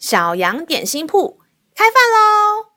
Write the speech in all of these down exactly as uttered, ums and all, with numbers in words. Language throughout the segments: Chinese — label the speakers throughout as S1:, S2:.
S1: 小羊点心铺开饭喽！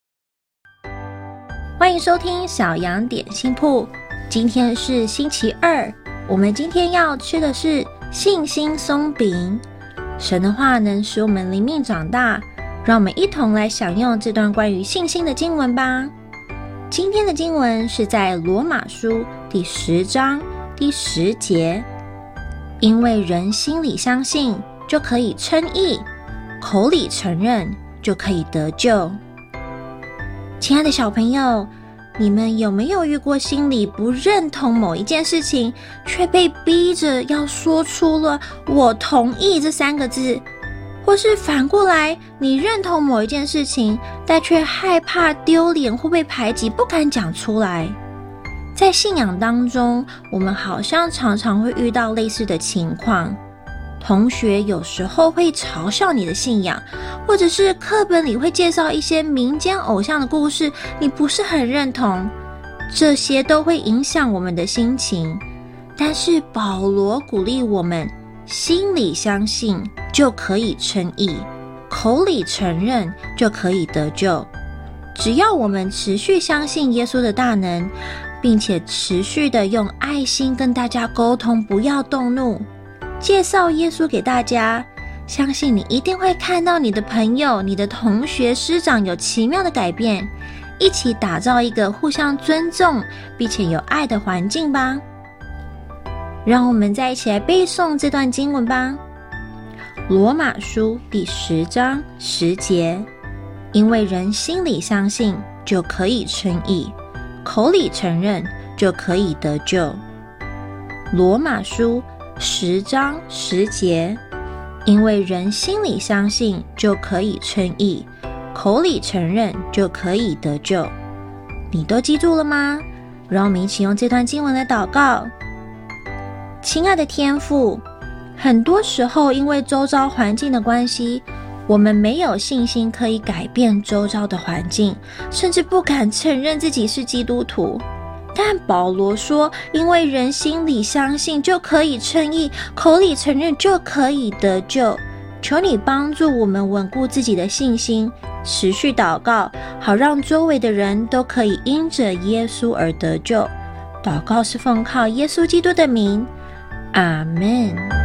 S2: 欢迎收听小羊点心铺。今天是星期二，我们今天要吃的是信心松饼。神的话能使我们灵命长大，让我们一同来享用这段关于信心的经文吧。今天的经文是在罗马书第十章第十节，因为人心里相信就可以称义，口里承认就可以得救。亲爱的小朋友，你们有没有遇过心里不认同某一件事情，却被逼着要说出了我同意这三个字？或是反过来，你认同某一件事情，但却害怕丢脸或被排挤，不敢讲出来。在信仰当中，我们好像常常会遇到类似的情况。同学有时候会嘲笑你的信仰，或者是课本里会介绍一些民间偶像的故事，你不是很认同，这些都会影响我们的心情。但是保罗鼓励我们，心里相信就可以称义，口里承认就可以得救。只要我们持续相信耶稣的大能，并且持续的用爱心跟大家沟通，不要动怒，介绍耶稣给大家，相信你一定会看到你的朋友、你的同学、师长有奇妙的改变，一起打造一个互相尊重并且有爱的环境吧。让我们再一起来背诵这段经文吧。罗马书第十章十节，因为人心里相信就可以称义，口里承认就可以得救。罗马书十章十节，因为人心里相信就可以称义，口里承认就可以得救。你都记住了吗？让我们一起用这段经文来祷告。亲爱的天父，很多时候因为周遭环境的关系，我们没有信心可以改变周遭的环境，甚至不敢承认自己是基督徒。但保罗说，因为人心里相信就可以称义，口里承认就可以得救。求你帮助我们稳固自己的信心，持续祷告，好让周围的人都可以因着耶稣而得救。祷告是奉靠耶稣基督的名，阿们。